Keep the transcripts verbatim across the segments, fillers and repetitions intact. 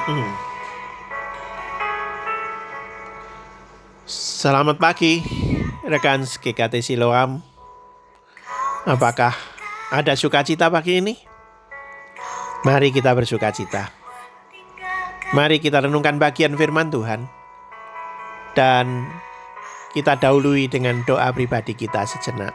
Hmm. Selamat pagi, rekan G K T Siloam. Apakah ada sukacita pagi ini? Mari kita bersukacita. Mari kita renungkan bagian firman Tuhan. Dan kita dahului dengan doa pribadi kita sejenak.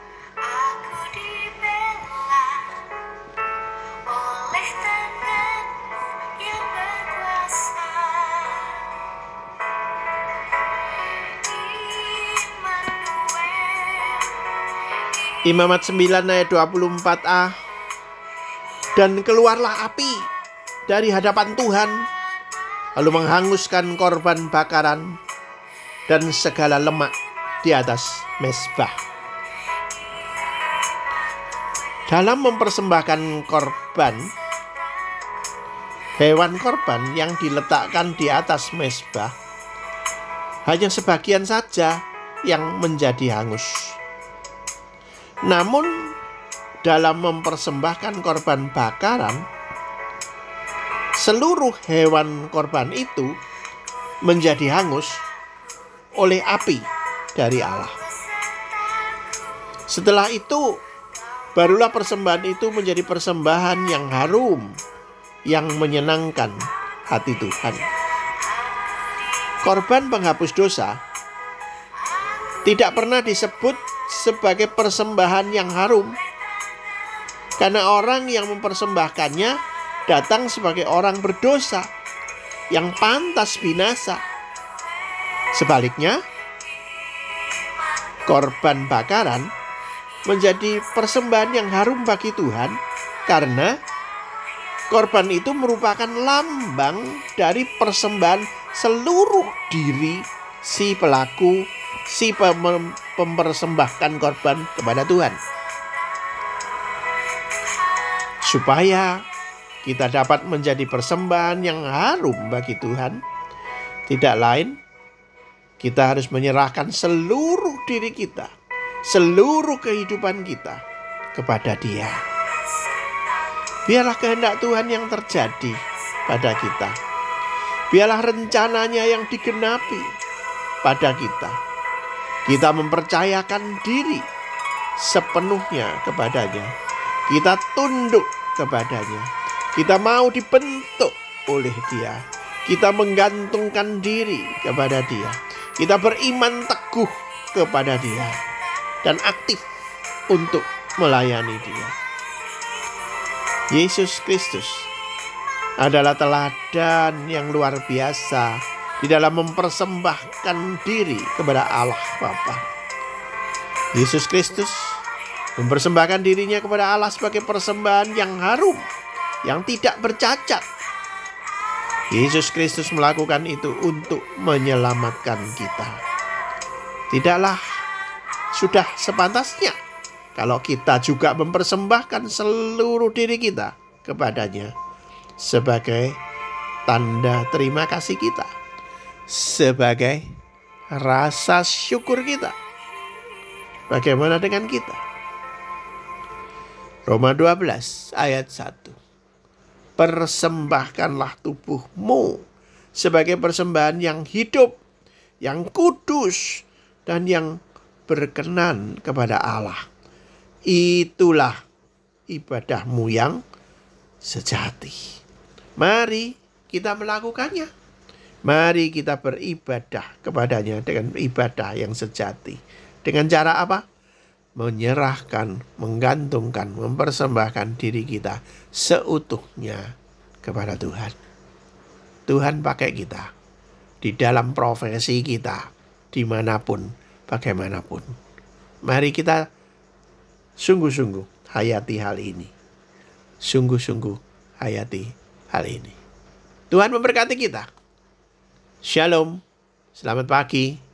Imamat sembilan ayat dua puluh empat a. Dan keluarlah api dari hadapan Tuhan, lalu menghanguskan korban bakaran dan segala lemak di atas mezbah. Dalam mempersembahkan korban, hewan korban yang diletakkan di atas mezbah, hanya sebagian saja yang menjadi hangus. Namun dalam mempersembahkan korban bakaran, seluruh hewan korban itu menjadi hangus oleh api dari Allah. Setelah itu, barulah persembahan itu menjadi persembahan yang harum, yang menyenangkan hati Tuhan. Korban penghapus dosa tidak pernah disebut sebagai persembahan yang harum, karena orang yang mempersembahkannya datang sebagai orang berdosa yang pantas binasa. Sebaliknya, korban bakaran menjadi persembahan yang harum bagi Tuhan, karena korban itu merupakan lambang dari persembahan seluruh diri si pelaku, si pem- mempersembahkan korban kepada Tuhan. Supaya kita dapat menjadi persembahan yang harum bagi Tuhan, tidak lain, kita harus menyerahkan seluruh diri kita, seluruh kehidupan kita kepada Dia. Biarlah kehendak Tuhan yang terjadi pada kita. Biarlah rencananya yang digenapi pada kita. Kita mempercayakan diri sepenuhnya kepadanya. Kita tunduk kepadanya. Kita mau dibentuk oleh Dia. Kita menggantungkan diri kepada Dia. Kita beriman teguh kepada Dia dan aktif untuk melayani Dia. Yesus Kristus adalah teladan yang luar biasa di dalam mempersembahkan diri kepada Allah Bapa. Yesus Kristus mempersembahkan dirinya kepada Allah sebagai persembahan yang harum, yang tidak bercacat. Yesus Kristus melakukan itu untuk menyelamatkan kita. Tidaklah sudah sepantasnya kalau kita juga mempersembahkan seluruh diri kita kepadanya sebagai tanda terima kasih kita, sebagai rasa syukur kita. Bagaimana dengan kita? Roma dua belas ayat satu. Persembahkanlah tubuhmu sebagai persembahan yang hidup, yang kudus, dan yang berkenan kepada Allah. Itulah ibadahmu yang sejati. Mari kita melakukannya. Mari kita beribadah kepadanya dengan ibadah yang sejati. Dengan cara apa? Menyerahkan, menggantungkan, mempersembahkan diri kita seutuhnya kepada Tuhan. Tuhan pakai kita di dalam profesi kita, dimanapun, bagaimanapun. Mari kita sungguh-sungguh hayati hal ini. Sungguh-sungguh hayati hal ini. Tuhan memberkati kita. Shalom. Selamat pagi.